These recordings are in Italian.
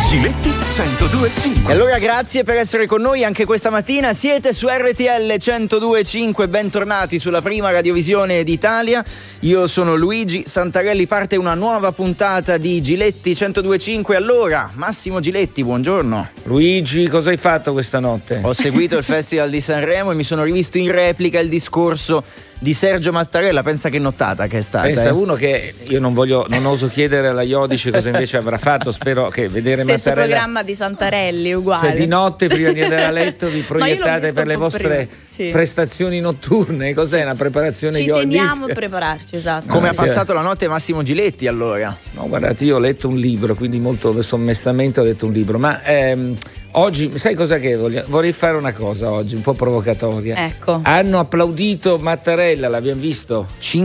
Giletti 102.5. E allora grazie per essere con noi anche questa mattina. Siete su RTL 102.5, bentornati sulla prima radiovisione d'Italia. Io sono Luigi Santarelli, parte una nuova puntata di Giletti 102.5. Allora, Massimo Giletti, buongiorno. Luigi, cosa hai fatto questa notte? Ho seguito il Festival di Sanremo e mi sono rivisto in replica il discorso di Sergio Mattarella. Pensa che nottata che è stata. Pensa uno che io non oso chiedere alla Iodice cosa invece avrà fatto. Spero che vedere Mattarella. Stesso programma di Santarelli, uguale. Cioè, di notte prima di andare a letto vi proiettate per le vostre prestazioni notturne. Cos'è una preparazione Ci teniamo a prepararci, esatto. Come ha passato la notte Massimo Giletti allora? No, guardate, io ho letto un libro, quindi molto sommessamente ho letto un libro, ma oggi, sai cosa che vorrei fare una cosa oggi, un po' provocatoria. Ecco. Hanno applaudito Mattarella, l'abbiamo visto?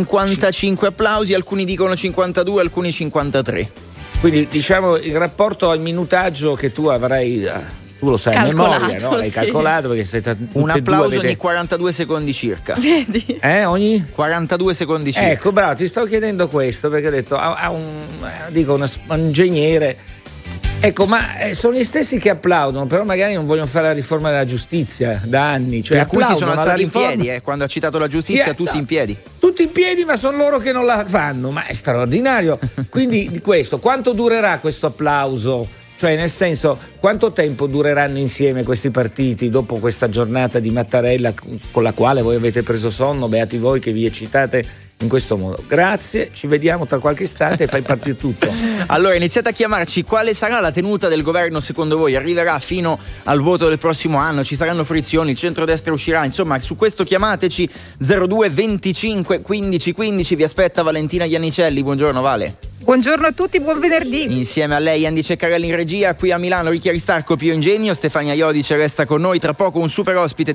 55 applausi, alcuni dicono 52, alcuni 53. Quindi diciamo il rapporto al minutaggio che tu avrai, tu lo sai a memoria, no? L'hai calcolato perché sei un applauso ogni 42 secondi circa. Vedi? Ogni 42 secondi circa. Ecco, bravo, ti stavo chiedendo questo perché ho detto a un ingegnere. Ecco, ma sono gli stessi che applaudono, però magari non vogliono fare la riforma della giustizia da anni. Cioè, alcuni si sono alzati in piedi, quando ha citato la giustizia, tutti in piedi. Tutti in piedi, ma sono loro che non la fanno, ma è straordinario. Quindi di questo, quanto durerà questo applauso? Cioè, nel senso, quanto tempo dureranno insieme questi partiti dopo questa giornata di Mattarella con la quale voi avete preso sonno, beati voi che vi eccitate in questo modo. Grazie, ci vediamo tra qualche istante e fai partire tutto. Allora iniziate a chiamarci, quale sarà la tenuta del governo secondo voi? Arriverà fino al voto del prossimo anno? Ci saranno frizioni? Il centrodestra uscirà? Insomma, su questo chiamateci 02 25 15 15. Vi aspetta Valentina Iannicelli. Buongiorno Vale. Buongiorno a tutti, buon venerdì. Insieme a lei Andy Ceccarelli in regia, qui a Milano Ricchi Aristarco, Pio Ingegno, Stefania Iodice resta con noi, tra poco un super ospite.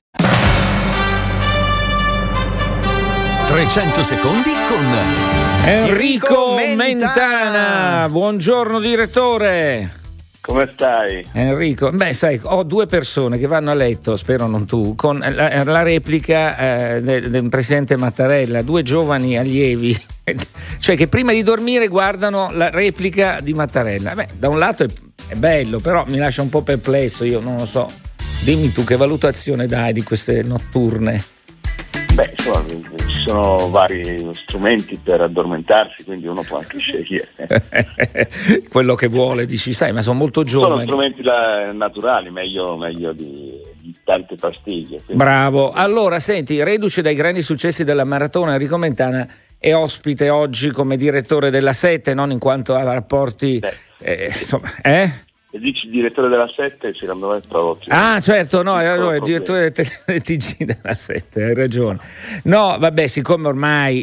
300 secondi con Enrico Mentana. Buongiorno direttore. Come stai? Enrico, sai, ho due persone che vanno a letto, spero non tu, con la replica del presidente Mattarella, due giovani allievi, cioè che prima di dormire guardano la replica di Mattarella. Da un lato è bello, però mi lascia un po' perplesso, io non lo so. Dimmi tu che valutazione dai di queste notturne? Insomma, ci sono vari strumenti per addormentarsi, quindi uno può anche scegliere quello che vuole, dici, sai, ma sono molto giovani. Sono strumenti naturali, meglio di tante pastiglie. Quindi. Bravo. Allora, senti, reduce dai grandi successi della maratona, Enrico Mentana è ospite oggi come direttore della 7, non in quanto a rapporti insomma, Se dici direttore della 7, secondo me provo. Ah, certo, no, allora il direttore del TG della 7, hai ragione. No, vabbè, siccome ormai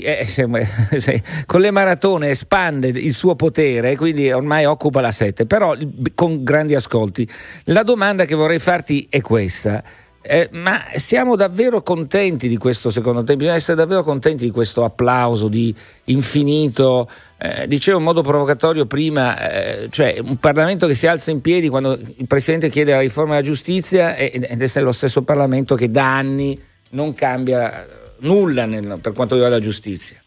con le maratone espande il suo potere, quindi ormai occupa la 7, però con grandi ascolti. La domanda che vorrei farti è questa. Ma siamo davvero contenti di questo secondo tempo? Bisogna essere davvero contenti di questo applauso di infinito, dicevo in modo provocatorio prima, cioè un Parlamento che si alza in piedi quando il Presidente chiede la riforma della giustizia ed è lo stesso Parlamento che da anni non cambia nulla per quanto riguarda la giustizia.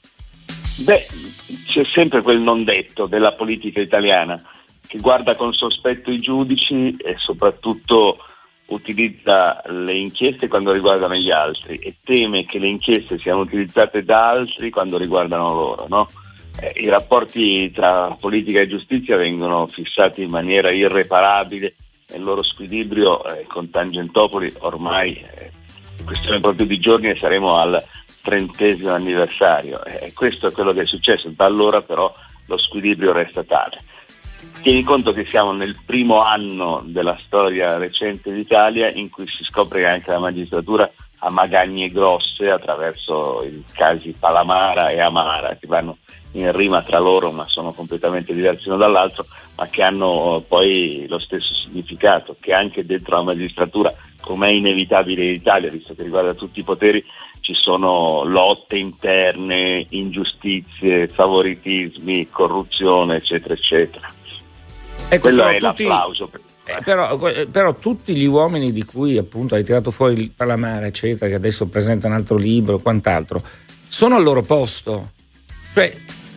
C'è sempre quel non detto della politica italiana che guarda con sospetto i giudici e soprattutto utilizza le inchieste quando riguardano gli altri e teme che le inchieste siano utilizzate da altri quando riguardano loro, no? I rapporti tra politica e giustizia vengono fissati in maniera irreparabile e il loro squilibrio con Tangentopoli ormai è questione proprio di giorni e saremo al 30° anniversario. Questo è quello che è successo, da allora però lo squilibrio resta tale. Tieni conto che siamo nel primo anno della storia recente d'Italia in cui si scopre che anche la magistratura ha magagne grosse attraverso i casi Palamara e Amara, che vanno in rima tra loro ma sono completamente diversi uno dall'altro, ma che hanno poi lo stesso significato, che anche dentro la magistratura, come è inevitabile in Italia, visto che riguarda tutti i poteri, ci sono lotte interne, ingiustizie, favoritismi, corruzione, eccetera, eccetera. Ecco, quello è l'applauso. Però tutti gli uomini di cui appunto hai tirato fuori il Palamara, eccetera, che adesso presenta un altro libro, quant'altro, sono al loro posto. Cioè,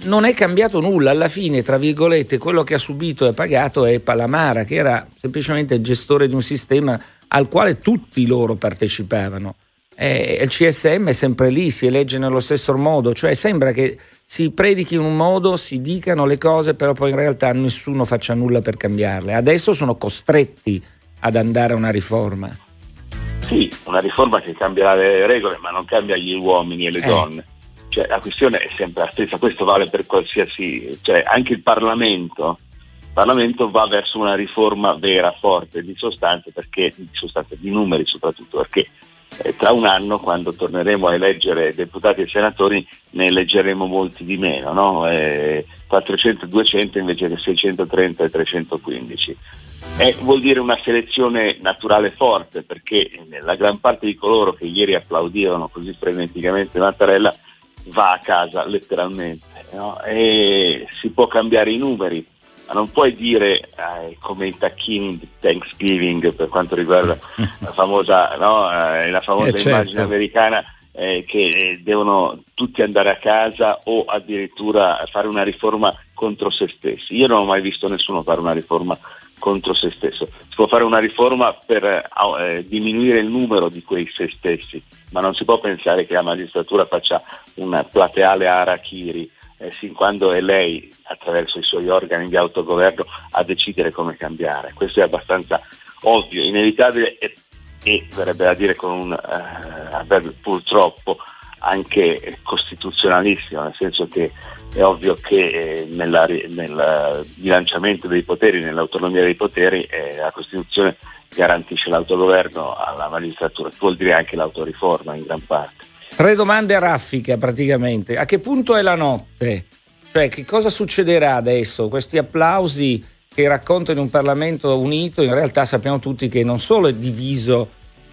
non è cambiato nulla. Alla fine, tra virgolette, quello che ha subito e pagato è Palamara, che era semplicemente il gestore di un sistema al quale tutti loro partecipavano. Il CSM è sempre lì, si elegge nello stesso modo, cioè sembra che si predichi in un modo, si dicano le cose, però poi in realtà nessuno faccia nulla per cambiarle. Adesso sono costretti ad andare a una riforma. Sì, una riforma che cambierà le regole, ma non cambia gli uomini e le donne. Cioè, la questione è sempre la stessa, questo vale per qualsiasi, cioè anche il Parlamento va verso una riforma vera, forte, di sostanza, di numeri soprattutto, perché tra un anno, quando torneremo a eleggere deputati e senatori, ne eleggeremo molti di meno, no? 400-200 invece che 630 e 315. Vuol dire una selezione naturale forte, perché la gran parte di coloro che ieri applaudivano così freneticamente Mattarella va a casa letteralmente, no? E si può cambiare i numeri, ma non puoi dire come i tacchini di Thanksgiving, per quanto riguarda la famosa, no? La famosa immagine americana, che devono tutti andare a casa o addirittura fare una riforma contro se stessi. Io non ho mai visto nessuno fare una riforma contro se stesso. Si può fare una riforma per diminuire il numero di quei se stessi, ma non si può pensare che la magistratura faccia un plateale harakiri sin quando è lei, attraverso i suoi organi di autogoverno, a decidere come cambiare. Questo è abbastanza ovvio, inevitabile e verrebbe da dire con un purtroppo anche costituzionalissimo, nel senso che è ovvio che nel bilanciamento dei poteri, nell'autonomia dei poteri, la Costituzione garantisce l'autogoverno alla magistratura, che vuol dire anche l'autoriforma in gran parte. 3 domande a raffica praticamente. A che punto è la notte? Cioè, che cosa succederà adesso? Questi applausi che raccontano un Parlamento unito, in realtà sappiamo tutti che non solo è diviso,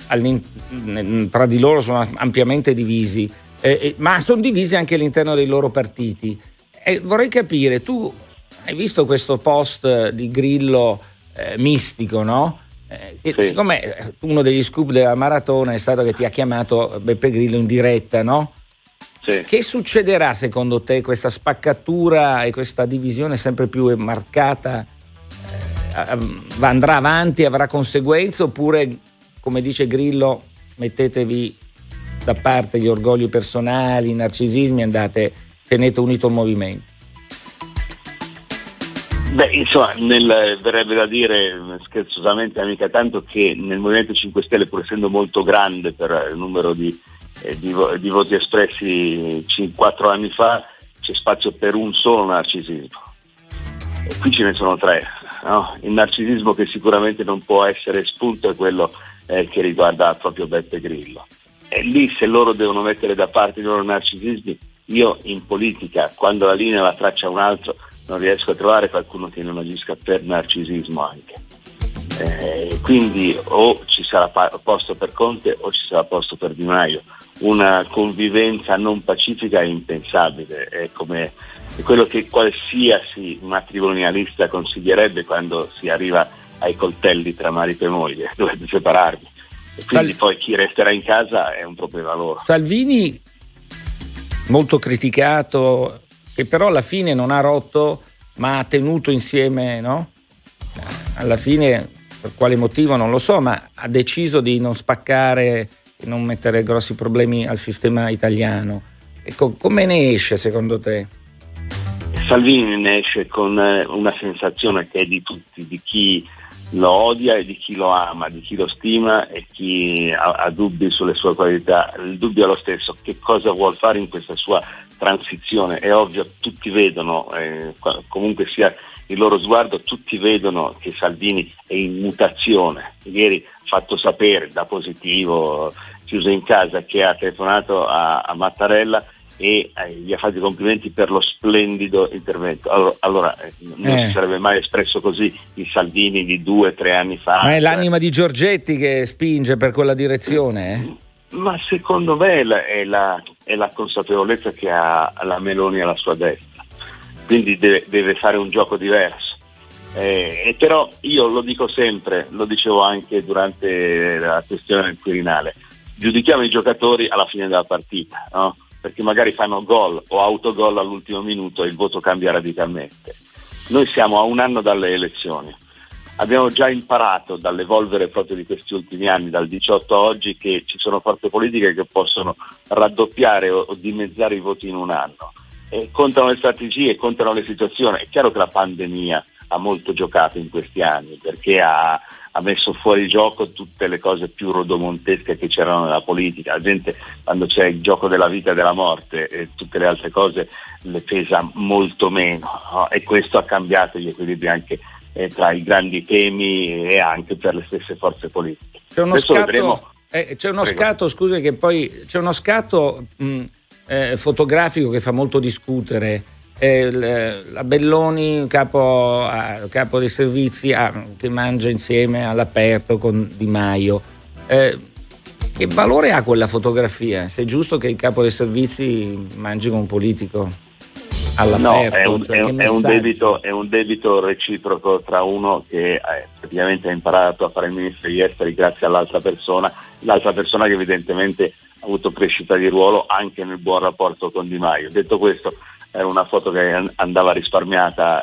tra di loro sono ampiamente divisi, ma sono divisi anche all'interno dei loro partiti. Vorrei capire, tu hai visto questo post di Grillo mistico, no? Sì. Siccome uno degli scoop della maratona è stato che ti ha chiamato Beppe Grillo in diretta, no? Sì. Che succederà secondo te, questa spaccatura e questa divisione sempre più marcata? Andrà avanti, avrà conseguenze, oppure, come dice Grillo, mettetevi da parte gli orgogli personali, i narcisismi, tenete unito il movimento? Beh, insomma, verrebbe da dire scherzosamente mica tanto che nel Movimento 5 Stelle, pur essendo molto grande per il numero di voti espressi 4 anni fa, c'è spazio per un solo narcisismo. E qui ce ne sono 3, no? Il narcisismo che sicuramente non può essere espunto è quello che riguarda proprio Beppe Grillo. E lì, se loro devono mettere da parte i loro narcisismi, io in politica, quando la linea la traccia un altro, non riesco a trovare qualcuno che non agisca per narcisismo anche. Quindi o ci sarà posto per Conte o ci sarà posto per Di Maio. Una convivenza non pacifica è impensabile, è quello che qualsiasi matrimonialista consiglierebbe quando si arriva ai coltelli tra marito e moglie: dovete separarvi. E quindi poi chi resterà in casa è un problema loro. Salvini, molto criticato, che però alla fine non ha rotto, ma ha tenuto insieme, no? Alla fine, per quale motivo non lo so, ma ha deciso di non spaccare, di non mettere grossi problemi al sistema italiano. Ecco, come ne esce secondo te? Salvini ne esce con una sensazione che è di tutti, di chi lo odia e di chi lo ama, di chi lo stima e chi ha dubbi sulle sue qualità. Il dubbio è lo stesso: che cosa vuol fare in questa sua transizione? È ovvio, tutti vedono, comunque sia il loro sguardo, tutti vedono che Salvini è in mutazione. Ieri ha fatto sapere da positivo, chiuso in casa, che ha telefonato a Mattarella e gli ha fatto i complimenti per lo splendido intervento. Allora non si sarebbe mai espresso così il Salvini di 2-3 anni fa. Ma è l'anima di Giorgetti che spinge per quella direzione? Ma secondo me è la consapevolezza che ha la Meloni alla sua destra, quindi deve fare un gioco diverso. Però io lo dico sempre, lo dicevo anche durante la questione del Quirinale: giudichiamo i giocatori alla fine della partita, no? perché magari fanno gol o autogol all'ultimo minuto e il voto cambia radicalmente. Noi siamo a un anno dalle elezioni. Abbiamo già imparato dall'evolvere proprio di questi ultimi anni, dal 18 a oggi, che ci sono forze politiche che possono raddoppiare o dimezzare i voti in un anno. E contano le strategie, contano le situazioni. È chiaro che la pandemia ha molto giocato in questi anni, perché ha messo fuori gioco tutte le cose più rodomontesche che c'erano nella politica. La gente, quando c'è il gioco della vita e della morte e tutte le altre cose, le pesa molto meno, no? E questo ha cambiato gli equilibri anche tra i grandi temi e anche per le stesse forze politiche. C'è uno scatto, scusi, che poi c'è uno scatto fotografico che fa molto discutere. La Belloni, capo dei servizi, che mangia insieme all'aperto con Di Maio. Che valore ha quella fotografia? Se è giusto che il capo dei servizi mangi con un politico all'aperto? No, è un debito reciproco tra uno che praticamente ha imparato a fare il ministro degli esteri grazie all'altra persona che evidentemente ha avuto crescita di ruolo anche nel buon rapporto con Di Maio. Detto questo, era una foto che andava risparmiata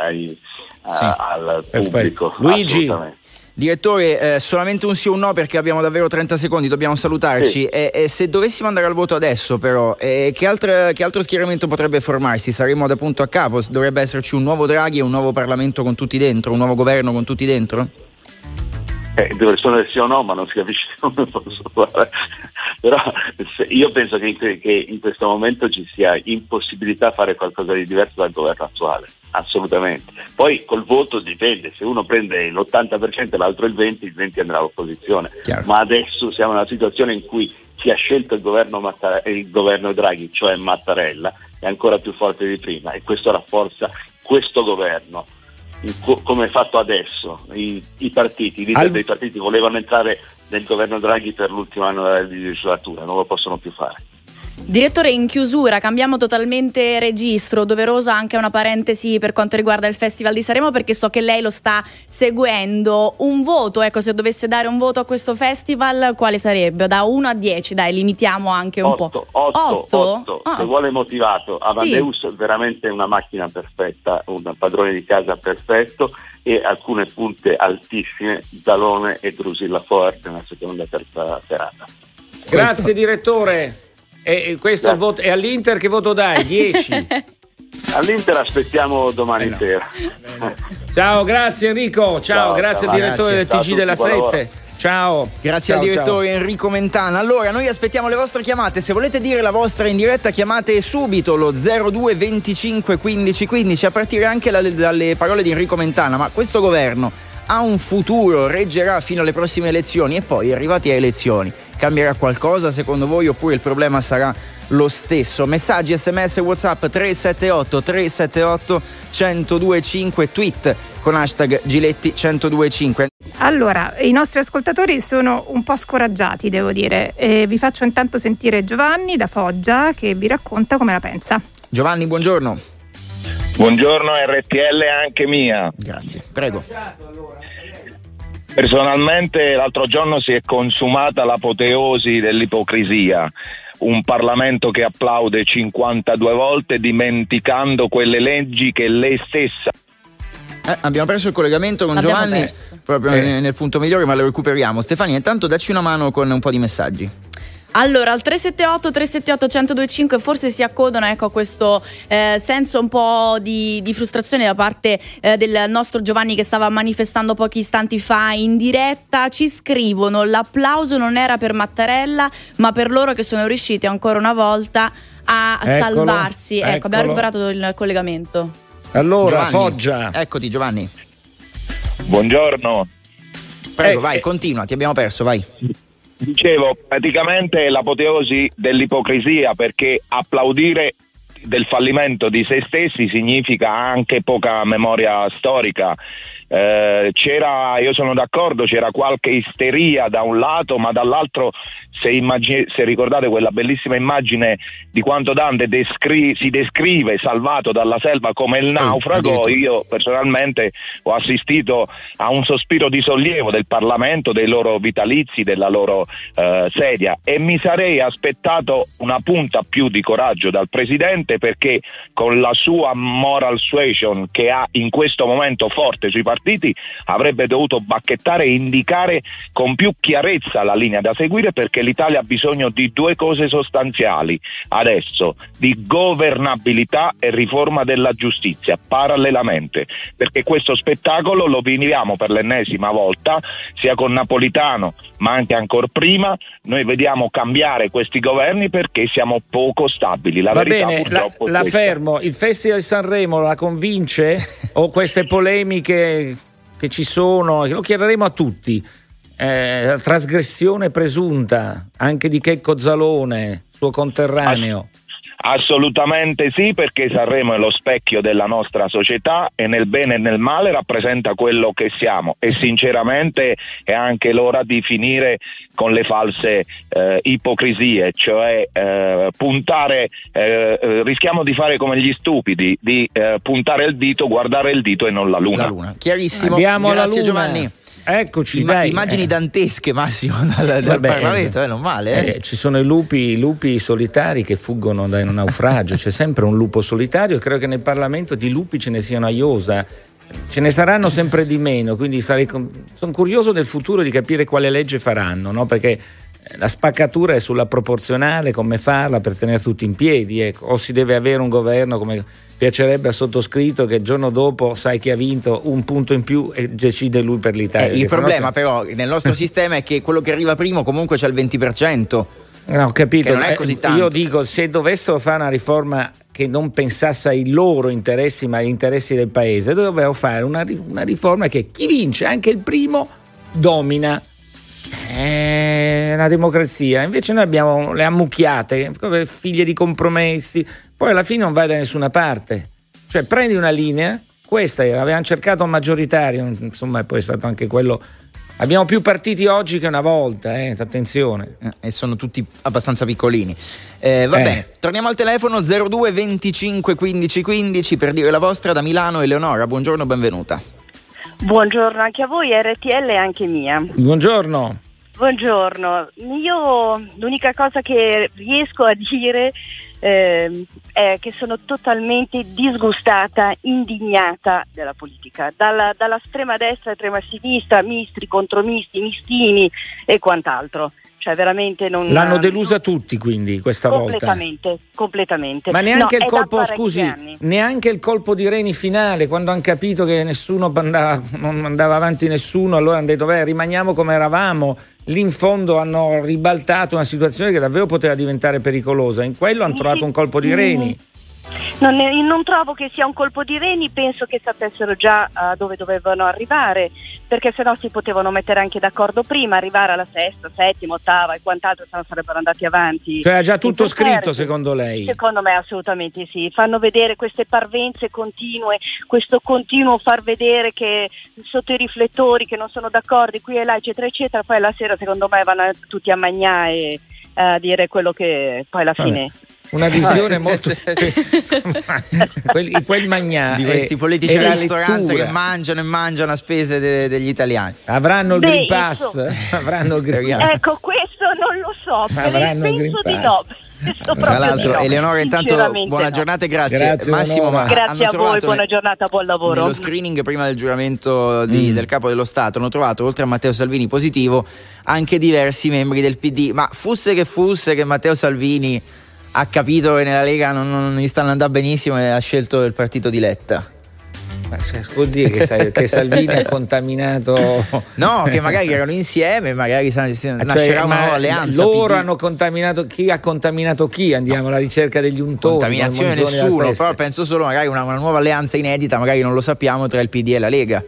al pubblico. Luigi, direttore, solamente un sì o un no, perché abbiamo davvero 30 secondi, dobbiamo salutarci. Sì. E se dovessimo andare al voto adesso, però, che altro schieramento potrebbe formarsi? Saremmo da punto a capo? Dovrebbe esserci un nuovo Draghi e un nuovo Parlamento con tutti dentro, un nuovo governo con tutti dentro? Deve rispondere sì o no, ma non si capisce come posso fare. Però io penso che in questo momento ci sia impossibilità a fare qualcosa di diverso dal governo attuale, assolutamente. Poi col voto dipende, se uno prende l'80% e l'altro il 20% andrà all'opposizione. Chiaro. Ma adesso siamo in una situazione in cui chi ha scelto il governo Draghi, cioè Mattarella, è ancora più forte di prima, e questo rafforza questo governo. Come è fatto adesso, i leader dei partiti volevano entrare nel governo Draghi per l'ultimo anno della legislatura, non lo possono più fare. Direttore, in chiusura cambiamo totalmente registro, doverosa anche una parentesi per quanto riguarda il Festival di Sanremo, perché so che lei lo sta seguendo. Un voto, ecco, se dovesse dare un voto a questo festival, quale sarebbe? Da 1 a 10, dai, limitiamo anche un po'. 8? Se vuole motivato. Amadeus è veramente una macchina perfetta, un padrone di casa perfetto, e alcune punte altissime, Zalone e Drusilla Forte nella seconda e terza serata. Grazie direttore. E questo il voto, e all'Inter che voto dai? 10? All'Inter aspettiamo domani sera. Ciao, grazie Enrico. Ciao, grazie al direttore del TG della 7. Ciao. Grazie al direttore Enrico Mentana. Allora, noi aspettiamo le vostre chiamate. Se volete dire la vostra in diretta, chiamate subito lo 02 25 15 15, a partire anche dalle parole di Enrico Mentana. Ma questo governo ha un futuro, reggerà fino alle prossime elezioni, e poi arrivati a elezioni cambierà qualcosa secondo voi, oppure il problema sarà lo stesso? Messaggi, sms, whatsapp 378 378 1025, tweet con hashtag Giletti 1025. Allora, i nostri ascoltatori sono un po' scoraggiati, devo dire. Vi faccio intanto sentire Giovanni da Foggia, che vi racconta come la pensa. Giovanni, buongiorno. Buongiorno, RTL anche mia. Grazie, prego. Personalmente l'altro giorno si è consumata l'apoteosi dell'ipocrisia. Un Parlamento che applaude 52 volte dimenticando quelle leggi che lei stessa... Abbiamo perso il collegamento con Giovanni, proprio nel punto migliore, ma lo recuperiamo. Stefania, intanto dacci una mano con un po' di messaggi. Allora, al 378-378-1025 forse si accodano, ecco, a questo senso un po' di frustrazione da parte del nostro Giovanni, che stava manifestando pochi istanti fa in diretta. Ci scrivono: l'applauso non era per Mattarella, ma per loro che sono riusciti ancora una volta a salvarsi. Ecco, abbiamo recuperato il collegamento. Allora, Giovanni, Foggia. Eccoti Giovanni. Buongiorno. Prego, vai, continua, ti abbiamo perso, vai. Dicevo, praticamente l'apoteosi dell'ipocrisia, perché applaudire del fallimento di se stessi significa anche poca memoria storica. io sono d'accordo, c'era qualche isteria da un lato, ma dall'altro se ricordate quella bellissima immagine di quanto Dante si descrive salvato dalla selva come il naufrago, io personalmente ho assistito a un sospiro di sollievo del Parlamento, dei loro vitalizi, della loro sedia, e mi sarei aspettato una punta più di coraggio dal Presidente, perché con la sua moral suasion che ha in questo momento forte sui partiti avrebbe dovuto bacchettare e indicare con più chiarezza la linea da seguire, perché l'Italia ha bisogno di due cose sostanziali adesso: di governabilità e riforma della giustizia parallelamente, perché questo spettacolo lo viviamo per l'ennesima volta, sia con Napolitano ma anche ancora prima. Noi vediamo cambiare questi governi perché siamo poco stabili. La verità, bene, purtroppo, la fermo. Il Festival di Sanremo la convince? O queste polemiche che ci sono, lo chiederemo a tutti, trasgressione presunta anche di Checco Zalone, suo conterraneo? Assolutamente sì, perché Sanremo è lo specchio della nostra società e nel bene e nel male rappresenta quello che siamo, e sinceramente è anche l'ora di finire con le false ipocrisie, cioè puntare, rischiamo di fare come gli stupidi, di puntare il dito, guardare il dito e non la luna. Chiarissimo. Andiamo Grazie alla luna. Giovanni. Eccoci, dai. Immagini dantesche, Massimo, dal Parlamento, non male. Ci sono i lupi solitari che fuggono da un naufragio, c'è sempre un lupo solitario, credo che nel Parlamento di lupi ce ne siano a iosa, ce ne saranno sempre di meno, quindi sono curioso del futuro di capire quale legge faranno, no? Perché la spaccatura è sulla proporzionale, come farla per tenere tutti in piedi, ecco. O si deve avere un governo, come piacerebbe al sottoscritto, che il giorno dopo sai che ha vinto un punto in più e decide lui per l'Italia. Il problema però nel nostro sistema è che quello che arriva primo comunque c'è il 20%. No, ho capito, che non è così tanto. Io dico, se dovessero fare una riforma che non pensasse ai loro interessi ma agli interessi del paese, dovrebbero fare una riforma che chi vince, anche il primo, domina. È una democrazia. Invece noi abbiamo le ammucchiate, figlie di compromessi, poi alla fine non vai da nessuna parte. Cioè prendi una linea, questa era, avevano cercato un maggioritario, insomma, poi è stato anche quello. Abbiamo più partiti oggi che una volta, attenzione. E sono tutti abbastanza piccolini. Va bene, torniamo al telefono 02 25 15 15 per dire la vostra. Da Milano, Eleonora, buongiorno, benvenuta. Buongiorno anche a voi, RTL e anche mia. Buongiorno. Buongiorno, io l'unica cosa che riesco a dire è che sono totalmente disgustata, indignata della politica, dalla estrema destra, estrema sinistra, mistri, contromisti, mistini e quant'altro. Cioè veramente non l'hanno delusa tutti, quindi questa completamente. Ma neanche il colpo, neanche il colpo di Reni finale, quando hanno capito che non andava avanti nessuno, allora hanno detto rimaniamo come eravamo. Lì in fondo hanno ribaltato una situazione che davvero poteva diventare pericolosa. In quello hanno trovato un colpo di Reni. Non trovo che sia un colpo di Reni, penso che sapessero già dove dovevano arrivare, perché sennò si potevano mettere anche d'accordo prima, arrivare alla sesta, settima, ottava e quant'altro, se no sarebbero andati avanti. Cioè ha già tutto scritto, secondo lei? Secondo me assolutamente sì. Fanno vedere queste parvenze continue, questo continuo far vedere che sotto i riflettori che non sono d'accordo qui e là, eccetera eccetera, poi la sera secondo me vanno tutti a mangiare e a dire quello che poi alla fine... Una visione molto quel magnà di questi politici al ristorante che mangiano a spese degli italiani. Avranno il Green Pass? Avranno il Green Pass. Ecco, questo non lo so, avranno il Green Pass. Tra l'altro, Eleonora, intanto buona giornata e grazie Massimo. Grazie a voi, buona giornata, buon lavoro. Nello screening prima del giuramento del Capo dello Stato hanno trovato, oltre a Matteo Salvini positivo, anche diversi membri del PD. Ma fosse che Matteo Salvini ha capito che nella Lega non gli stanno andando benissimo e ha scelto il partito di Letta. Ma vuol dire che Salvini ha contaminato? No, che magari erano insieme, magari nascerà una nuova alleanza. Loro hanno contaminato chi ha contaminato chi? Andiamo alla ricerca degli untori. Contaminazione nessuno, però penso solo magari una nuova alleanza inedita, magari non lo sappiamo, tra il PD e la Lega.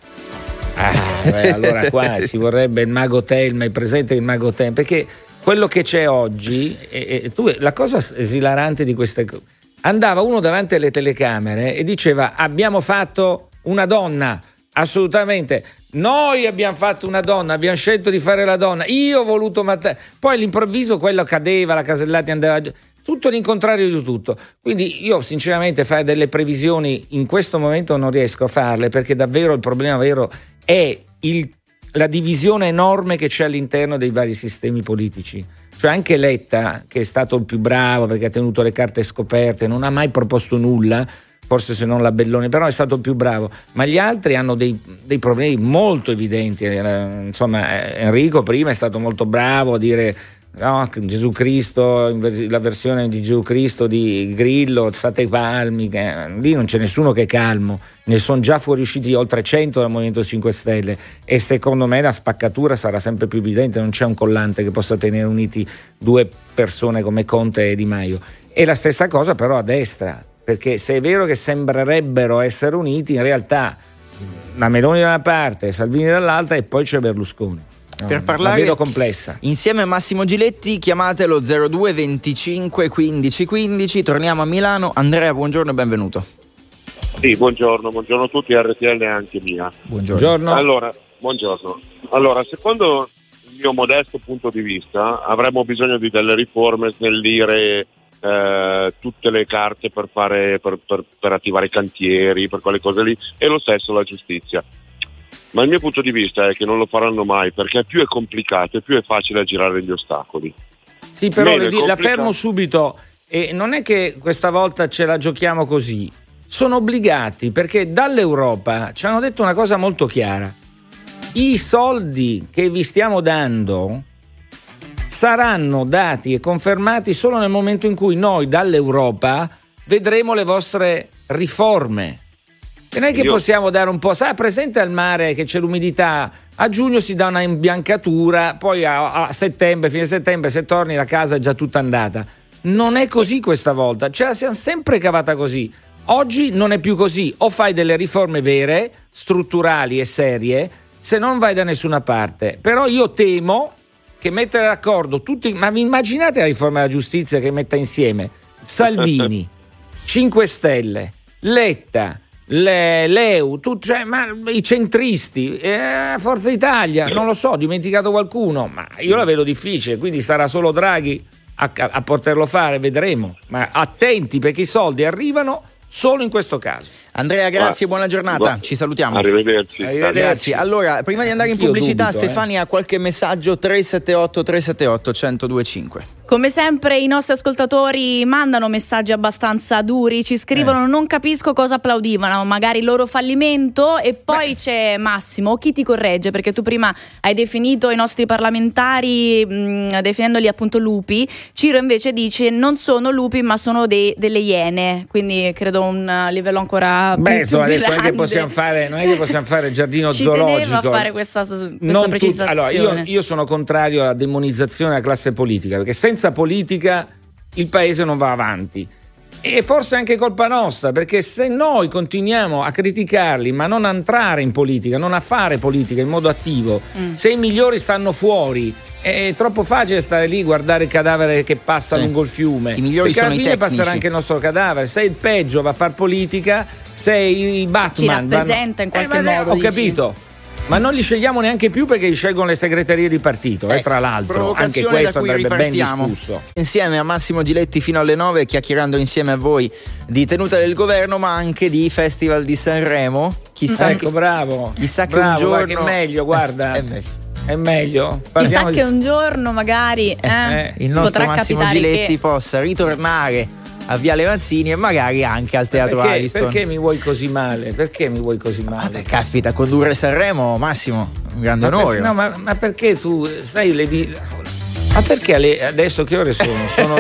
Allora qua ci vorrebbe il mago Telma, il presente del mago Telma, perché quello che c'è oggi, la cosa esilarante di queste cose, andava uno davanti alle telecamere e diceva abbiamo fatto una donna, assolutamente. Noi abbiamo fatto una donna, abbiamo scelto di fare la donna, io ho voluto Matteo, poi all'improvviso quello cadeva, la Casellati andava tutto l'incontrario di tutto. Quindi io sinceramente fare delle previsioni in questo momento non riesco a farle, perché davvero il problema vero è la divisione enorme che c'è all'interno dei vari sistemi politici. Cioè anche Letta, che è stato il più bravo perché ha tenuto le carte scoperte, non ha mai proposto nulla, forse se non la Belloni, però è stato il più bravo, ma gli altri hanno dei problemi molto evidenti. Insomma, Enrico prima è stato molto bravo a dire no, Gesù Cristo, la versione di Gesù Cristo di Grillo, state calmi, lì non c'è nessuno che è calmo, ne sono già fuoriusciti oltre 100 dal Movimento 5 Stelle e secondo me la spaccatura sarà sempre più evidente, non c'è un collante che possa tenere uniti due persone come Conte e Di Maio. E la stessa cosa però a destra, perché se è vero che sembrerebbero essere uniti, in realtà la Meloni da una parte, Salvini dall'altra, e poi c'è Berlusconi. No, per parlare la vedo complessa. Insieme a Massimo Giletti chiamatelo 02 25 15 15. Torniamo a Milano. Andrea, buongiorno e benvenuto. Sì, buongiorno a tutti, RTL e anche mia. Buongiorno. Allora, secondo il mio modesto punto di vista avremmo bisogno di delle riforme, snellire tutte le carte per attivare i cantieri, per quelle cose lì, e lo stesso la giustizia. Ma il mio punto di vista è che non lo faranno mai, perché più è complicato e più è facile aggirare gli ostacoli. Sì, però la fermo subito, e non è che questa volta ce la giochiamo così. Sono obbligati, perché dall'Europa ci hanno detto una cosa molto chiara: i soldi che vi stiamo dando saranno dati e confermati solo nel momento in cui noi dall'Europa vedremo le vostre riforme. E non è che possiamo dare un po', sai, presente al mare che c'è l'umidità, a giugno si dà una imbiancatura, poi a settembre, fine settembre, se torni la casa è già tutta andata. Non è così questa volta, ce la siamo sempre cavata così. Oggi non è più così, o fai delle riforme vere, strutturali e serie, se non vai da nessuna parte. Però io temo che mettere d'accordo tutti, ma vi immaginate la riforma della giustizia che metta insieme Salvini, 5 Stelle, Letta, l'EU, i centristi, Forza Italia, non lo so, ho dimenticato qualcuno, ma io la vedo difficile, quindi sarà solo Draghi a poterlo fare, vedremo, ma attenti perché i soldi arrivano solo in questo caso. Andrea, grazie, buona giornata, ci salutiamo. Arrivederci. Grazie. Allora, prima di andare in pubblicità, Stefania ha qualche messaggio. 378 1025. Come sempre i nostri ascoltatori mandano messaggi abbastanza duri, ci scrivono non capisco cosa applaudivano, magari il loro fallimento, e poi c'è Massimo, chi ti corregge, perché tu prima hai definito i nostri parlamentari definendoli appunto lupi. Ciro invece dice non sono lupi ma sono delle iene, quindi credo un livello ancora insomma, adesso non è che possiamo fare il giardino zoologico. Ci teneva a fare questa precisazione. Allora, io sono contrario alla demonizzazione della classe politica, perché senza politica il paese non va avanti. E forse è anche colpa nostra, perché se noi continuiamo a criticarli ma non a entrare in politica, non a fare politica in modo attivo, se i migliori stanno fuori, è troppo facile stare lì, guardare il cadavere che passa lungo il fiume. I migliori perché sono alla i fine tecnici. passerà anche il nostro cadavere. Se il peggio va a far politica, se i Batman ci rappresenta in qualche modo. Ho capito. Ma non li scegliamo neanche più perché li scelgono le segreterie di partito, tra l'altro. Anche questo andrebbe ben discusso. Insieme a Massimo Giletti fino alle 9, chiacchierando insieme a voi di tenuta del governo, ma anche di Festival di Sanremo. Chissà bravo. Chissà che bravo, un giorno che è meglio, guarda. È meglio. Chissà che un giorno magari il nostro Massimo Giletti che possa ritornare a Viale Mazzini e magari anche al Teatro Ariston. Perché mi vuoi così male? Vabbè, caspita, condurre Sanremo, Massimo, un grande onore. Ma perché tu sai ma perché adesso che ore sono? Sono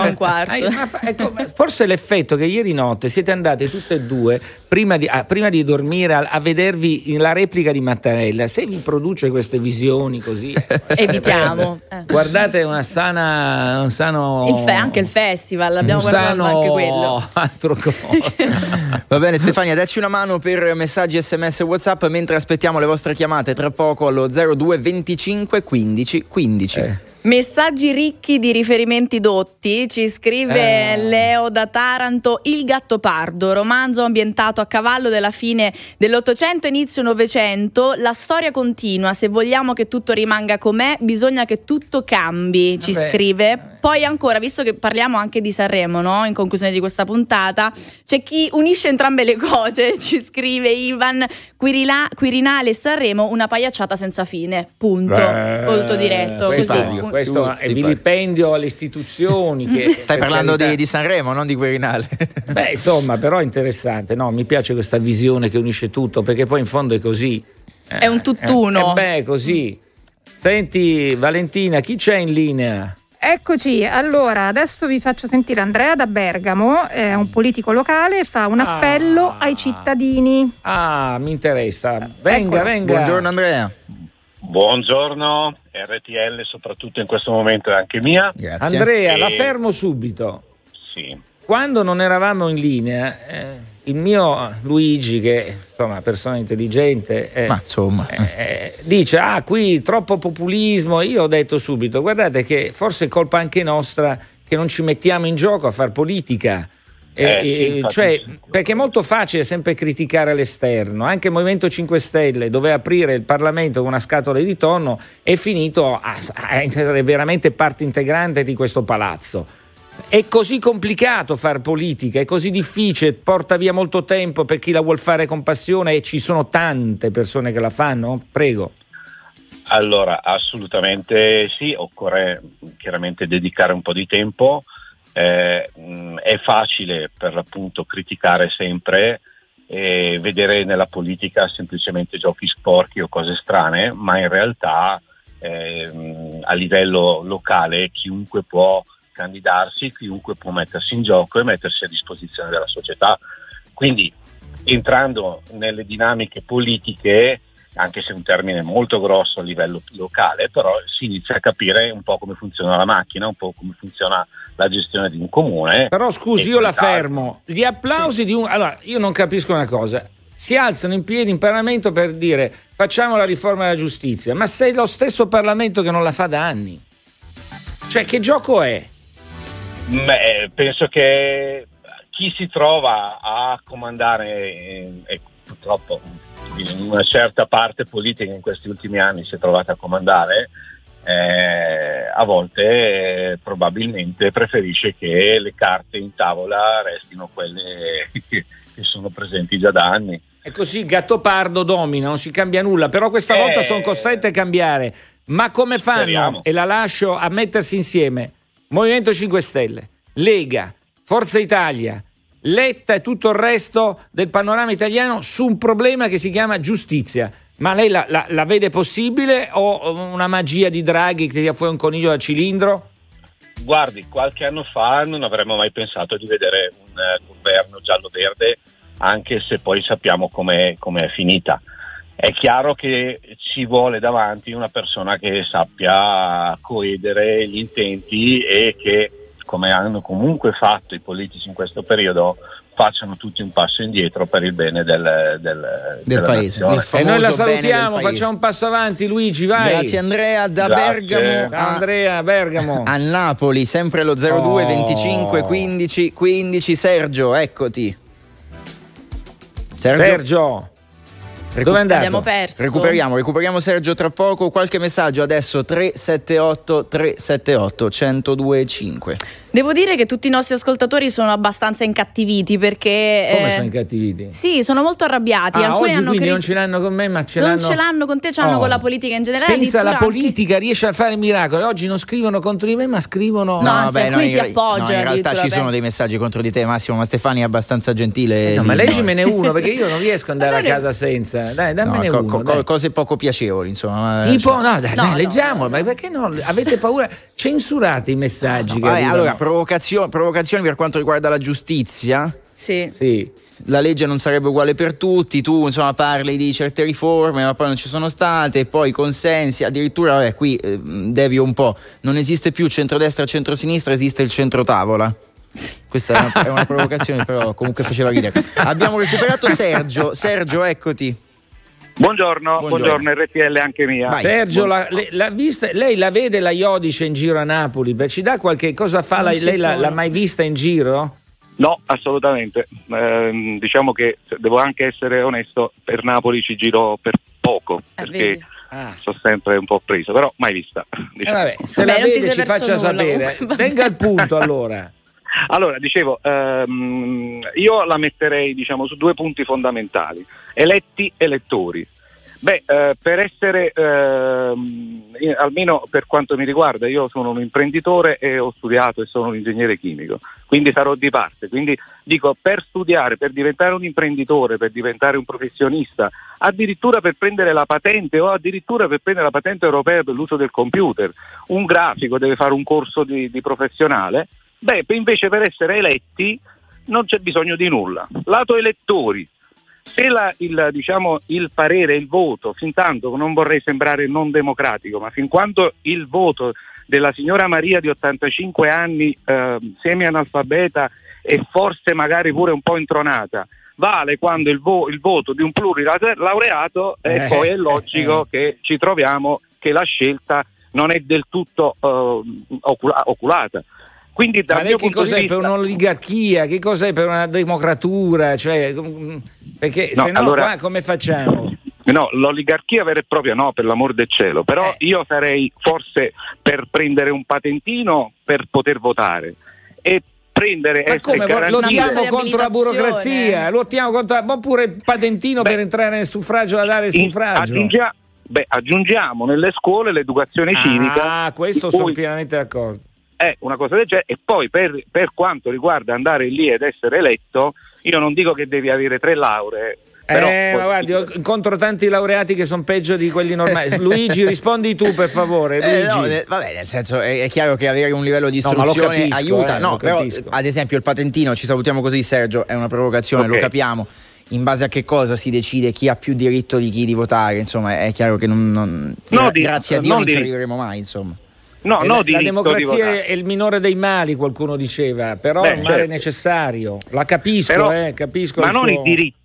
9:15. Forse l'effetto che ieri notte siete andate tutte e due prima di dormire a vedervi la replica di Mattarella. Se vi produce queste visioni così, evitiamo. Guardate un sano anche il festival, abbiamo guardato anche quello. Altro cosa. Va bene, Stefania, dacci una mano per messaggi, SMS e WhatsApp mentre aspettiamo le vostre chiamate tra poco allo 02 25 15 15. Messaggi ricchi di riferimenti dotti, ci scrive Leo da Taranto. Il Gattopardo, romanzo ambientato a cavallo della fine dell'Ottocento, inizio Novecento. La storia continua, se vogliamo che tutto rimanga com'è bisogna che tutto cambi, ci scrive. Poi ancora, visto che parliamo anche di Sanremo, no? In conclusione di questa puntata, c'è chi unisce entrambe le cose, ci scrive Ivan. Quirinale e Sanremo, una pagliacciata senza fine, punto. Molto diretto, così. Questo è vilipendio alle istituzioni. Stai parlando di Sanremo, non di Quirinale. Beh, insomma, però è interessante, no? Mi piace questa visione che unisce tutto, perché poi in fondo è così. È un tutt'uno. Così. Senti, Valentina, chi c'è in linea? Eccoci, allora adesso vi faccio sentire Andrea da Bergamo, è un politico locale, fa un appello ai cittadini. Mi interessa. Venga. Buongiorno Andrea. Buongiorno, RTL soprattutto in questo momento è anche mia. Grazie. Andrea, la fermo subito. Sì. Quando non eravamo in linea, il mio Luigi, che insomma persona intelligente, dice qui troppo populismo. Io ho detto subito, guardate che forse è colpa anche nostra che non ci mettiamo in gioco a far politica. Perché è molto facile sempre criticare l'esterno. Anche il Movimento 5 Stelle doveva aprire il Parlamento con una scatola di tonno, è finito a essere veramente parte integrante di questo palazzo. È così complicato far politica, è così difficile, porta via molto tempo per chi la vuol fare con passione, e ci sono tante persone che la fanno. Prego. Allora, assolutamente sì, occorre chiaramente dedicare un po' di tempo. È facile per l'appunto criticare sempre e vedere nella politica semplicemente giochi sporchi o cose strane, ma in realtà a livello locale chiunque può candidarsi, chiunque può mettersi in gioco e mettersi a disposizione della società. Quindi entrando nelle dinamiche politiche, anche se è un termine molto grosso a livello locale, però si inizia a capire un po' come funziona la macchina, un po' come funziona la gestione di un comune. Però scusi, io la fermo. Gli applausi di un... Allora, io non capisco una cosa. Si alzano in piedi in Parlamento per dire facciamo la riforma della giustizia, ma sei lo stesso Parlamento che non la fa da anni. Cioè, che gioco è? Beh, penso che chi si trova a comandare e purtroppo in una certa parte politica in questi ultimi anni si è trovata a comandare, a volte probabilmente preferisce che le carte in tavola restino quelle che sono presenti già da anni. E così il Gattopardo domina, non si cambia nulla, però questa volta sono costretti a cambiare. Ma come fanno? Speriamo. E la lascio a mettersi insieme Movimento 5 Stelle, Lega, Forza Italia, Letta e tutto il resto del panorama italiano su un problema che si chiama giustizia. Ma lei la vede possibile o una magia di Draghi che tira fuori un coniglio dal cilindro? Guardi, qualche anno fa non avremmo mai pensato di vedere un governo giallo-verde, anche se poi sappiamo com'è finita. È chiaro che ci vuole davanti una persona che sappia coedere gli intenti e che, come hanno comunque fatto i politici in questo periodo, facciano tutti un passo indietro per il bene del paese. E noi la salutiamo, facciamo un passo avanti. Luigi, vai. Grazie Andrea. Da Bergamo a Napoli, sempre lo 02 25 15 15. Sergio, eccoti. Sergio. Dove è andato? Abbiamo perso. Recuperiamo Sergio tra poco. Qualche messaggio adesso 378 1025. Devo dire che tutti i nostri ascoltatori sono abbastanza incattiviti perché... Come sono incattiviti? Sì, sono molto arrabbiati. Alcuni oggi hanno quindi non ce l'hanno con me, ma ce l'hanno con te, ce l'hanno con la politica in generale. Pensa, la politica riesce a fare miracoli. Oggi non scrivono contro di me, ma scrivono... Alcuni ti appoggiano. In realtà ci sono dei messaggi contro di te, Massimo, ma Stefani è abbastanza gentile. Ma leggimene uno, perché io non riesco ad andare a casa senza. Dai, dammene uno. Cose poco piacevoli, insomma. Tipo, leggiamo, ma perché no? Avete paura? Censurate i messaggi. Allora, provocazioni per quanto riguarda la giustizia. Sì. La legge non sarebbe uguale per tutti, tu insomma parli di certe riforme ma poi non ci sono state, poi consensi, addirittura qui devio un po', non esiste più centrodestra centrosinistra, esiste il centrotavola. Questa è una provocazione, però comunque faceva ridere. Abbiamo recuperato Sergio, eccoti. Buongiorno RTL anche mia. Vai. Sergio, l'ha vista, lei la vede la Iodice in giro a Napoli? Ci dà qualche cosa fa? Lei l'ha mai vista in giro? No, assolutamente. Diciamo che devo anche essere onesto, per Napoli ci giro per poco, perché sono sempre un po' preso, però mai vista. Diciamo. Vabbè, se la vede ci faccia sapere. Venga al punto allora. Allora, dicevo, io la metterei, diciamo, su 2 punti fondamentali: eletti, elettori. Per essere, almeno per quanto mi riguarda, io sono un imprenditore e ho studiato e sono un ingegnere chimico, quindi sarò di parte. Quindi dico, per studiare, per diventare un imprenditore, per diventare un professionista, addirittura per prendere la patente o addirittura per prendere la patente europea per l'uso del computer, un grafico deve fare un corso di professionale. Invece per essere eletti non c'è bisogno di nulla. Lato elettori, se il parere, il voto, fin tanto non vorrei sembrare non democratico, ma fin quando il voto della signora Maria di 85 anni, semi-analfabeta e forse magari pure un po' intronata, vale quando il voto di un plurilaureato, poi è logico che ci troviamo che la scelta non è del tutto oculata. Quindi, ma lei che cos'è per un'oligarchia? Che cos'è per una democratura? Cioè, perché se no qua come facciamo? No, l'oligarchia vera e propria no, per l'amor del cielo, però io sarei forse per prendere un patentino per poter votare e prendere... Ma come? Lottiamo contro la burocrazia, oppure il patentino per entrare nel suffragio, da dare il suffragio? Aggiungiamo nelle scuole l'educazione civica. Questo sono pienamente d'accordo. Una cosa del genere. E poi per quanto riguarda andare lì ed essere eletto, io non dico che devi avere 3 lauree, però ma guardi, io incontro tanti laureati che sono peggio di quelli normali. Luigi, rispondi tu per favore. Luigi. Nel senso è chiaro che avere un livello di istruzione aiuta. Però ad esempio il patentino, ci salutiamo così Sergio, è una provocazione, lo capiamo. In base a che cosa si decide chi ha più diritto di chi di votare? Insomma, è chiaro che grazie a Dio non ci arriveremo mai, insomma. La democrazia è il minore dei mali, qualcuno diceva, però è un male necessario. La capisco, capisco. Ma non il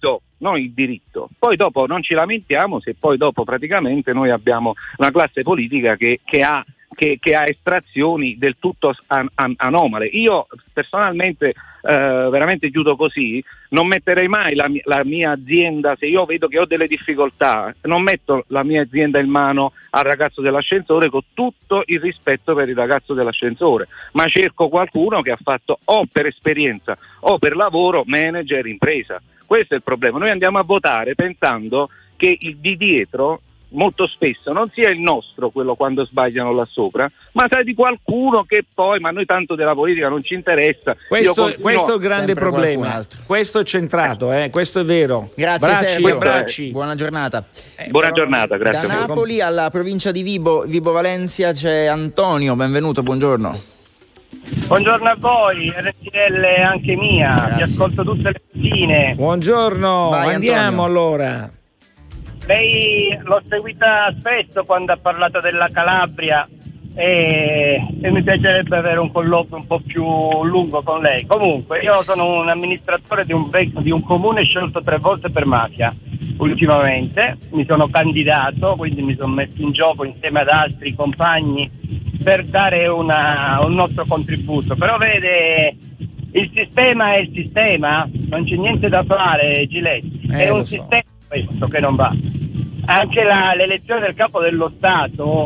diritto. Poi dopo non ci lamentiamo se poi dopo praticamente noi abbiamo una classe politica che ha estrazioni del tutto anomale. Io personalmente veramente chiudo così, non metterei mai la mia azienda, se io vedo che ho delle difficoltà, non metto la mia azienda in mano al ragazzo dell'ascensore, con tutto il rispetto per il ragazzo dell'ascensore, ma cerco qualcuno che ha fatto o per esperienza o per lavoro manager impresa. Questo è il problema. Noi andiamo a votare pensando che il di dietro molto spesso non sia il nostro quello quando sbagliano là sopra, ma sai di qualcuno che poi, ma noi tanto della politica non ci interessa. Questo è il grande problema. Questo è centrato, questo è vero. Grazie Sergio. Buona giornata. Buona giornata, grazie. Da Napoli alla provincia di Vibo Valencia c'è Antonio, benvenuto, buongiorno. Buongiorno a voi, RTL anche mia. Grazie. Vi ascolto tutte le mattine. Buongiorno. Vai, andiamo Antonio. Allora. Lei l'ho seguita spesso quando ha parlato della Calabria e mi piacerebbe avere un colloquio un po' più lungo con lei. Comunque, io sono un amministratore di un comune scelto 3 volte per mafia. Ultimamente mi sono candidato, quindi mi sono messo in gioco insieme ad altri compagni per dare un nostro contributo. Però vede, il sistema è il sistema, non c'è niente da fare, Giletti. È un sistema questo che non va. Anche l'elezione del capo dello Stato,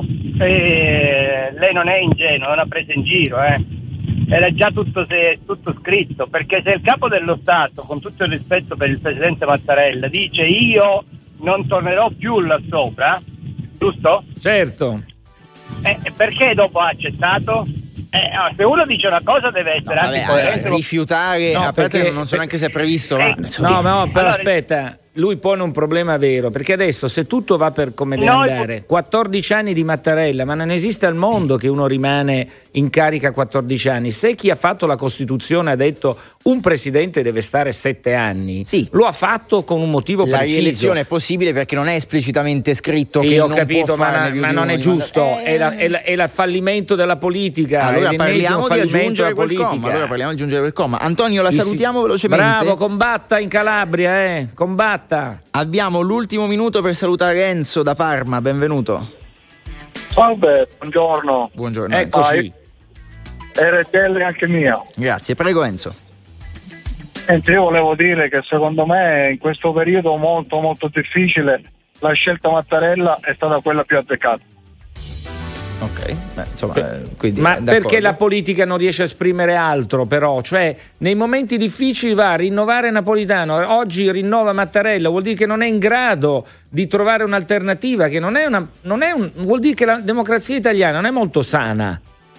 lei non è ingenuo, non ha preso in giro, era già tutto scritto, perché se il capo dello Stato, con tutto il rispetto per il presidente Mattarella, dice io non tornerò più là sopra, giusto? Certo. Perché dopo ha accettato? Se uno dice una cosa deve essere anche coerente. Rifiutare, perché non so neanche se è previsto. Però aspetta, lui pone un problema vero, perché adesso se tutto va per come deve andare, 14 anni di Mattarella, ma non esiste al mondo che uno rimane in carica 14 anni. Se chi ha fatto la Costituzione ha detto un presidente deve stare 7 anni, lo ha fatto con un motivo preciso. La rielezione è possibile perché non è esplicitamente scritto che ho non capito, può farne ma non è giusto, è il fallimento della politica. Allora parliamo di aggiungere quel comma. Antonio, la salutiamo velocemente. Bravo, combatta in Calabria, combatta. fatta. Abbiamo l'ultimo minuto per salutare Enzo da Parma, benvenuto. Salve, buongiorno. Buongiorno. Eccoci. RTL anche mia. Grazie, prego Enzo. Io volevo dire che secondo me in questo periodo molto molto difficile la scelta Mattarella è stata quella più azzeccata. Ok, insomma, quindi, ma d'accordo. perché la politica non riesce a esprimere altro, però? Cioè, nei momenti difficili va a rinnovare Napolitano, oggi rinnova Mattarella, vuol dire che non è in grado di trovare un'alternativa, che vuol dire che la democrazia italiana non è molto sana.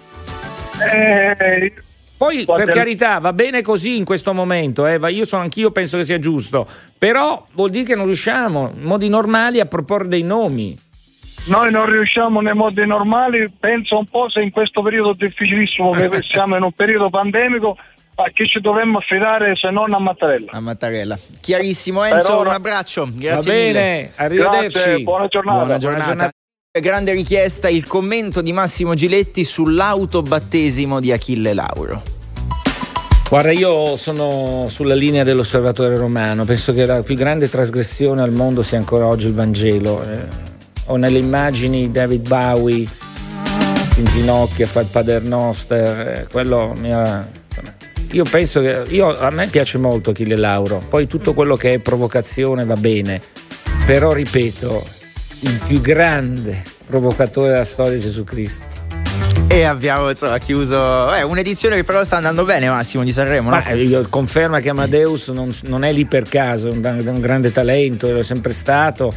Poi, per carità, va bene così in questo momento, anch'io penso che sia giusto, però vuol dire che non riusciamo in modi normali a proporre dei nomi. Noi non riusciamo nei modi normali, penso un po' se in questo periodo difficilissimo che siamo in un periodo pandemico, a chi ci dovremmo affidare se non a Mattarella? A Mattarella. Chiarissimo Enzo, un abbraccio, grazie mille. Va bene, arrivederci. Grazie, buona giornata. Buona giornata. Grande richiesta, il commento di Massimo Giletti sull'autobattesimo di Achille Lauro. Guarda, io sono sulla linea dell'Osservatore Romano, penso che la più grande trasgressione al mondo sia ancora oggi il Vangelo. Ho nelle immagini David Bowie si inginocchia, fa il Paternoster, quello mi ha... Io penso che a me piace molto Achille Lauro, poi tutto quello che è provocazione va bene, però ripeto, il più grande provocatore della storia è Gesù Cristo. E abbiamo chiuso un'edizione che però sta andando bene, Massimo, di Sanremo, no? Io conferma che Amadeus non è lì per caso, è un grande talento, lo è sempre stato.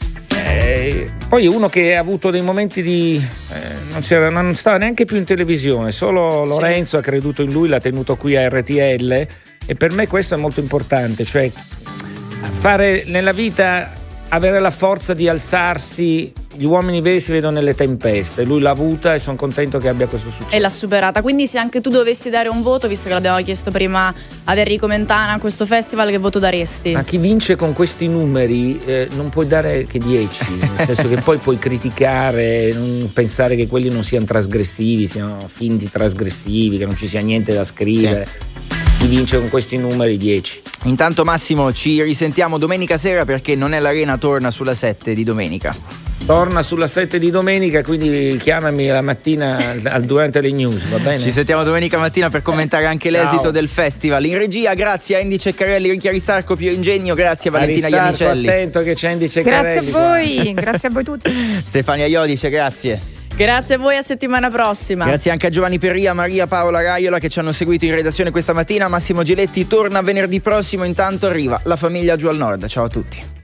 Poi uno che ha avuto dei momenti di non stava neanche più in televisione, solo Lorenzo ha creduto in lui, l'ha tenuto qui a RTL, e per me questo è molto importante, cioè fare nella vita, avere la forza di alzarsi. Gli uomini veri si vedono nelle tempeste, lui l'ha avuta e sono contento che abbia questo successo. E l'ha superata, quindi se anche tu dovessi dare un voto, visto che l'abbiamo chiesto prima ad Enrico Mentana a questo festival, che voto daresti? Ma chi vince con questi numeri non puoi dare che 10, nel senso che poi puoi criticare, non pensare che quelli non siano trasgressivi, siano finti trasgressivi, che non ci sia niente da scrivere. Chi vince con questi numeri 10. Intanto Massimo, ci risentiamo domenica sera, perché Non è l'Arena torna sulla 7 di domenica. Torna sulla 7 di domenica, quindi chiamami la mattina durante le news, va bene? Ci sentiamo domenica mattina per commentare anche l'esito del festival. In regia, grazie a Andy Ceccarelli, Ricchi Aristarco, Piero Ingegno, grazie a Valentina Iannicelli. Attento che c'è Andy Ceccarelli. Grazie a voi, grazie a voi tutti. Stefania Iodice, grazie. Grazie a voi, a settimana prossima. Grazie anche a Giovanni Perria, Maria Paola Raiola che ci hanno seguito in redazione questa mattina. Massimo Giletti torna venerdì prossimo, intanto arriva La Famiglia Giù al Nord. Ciao a tutti.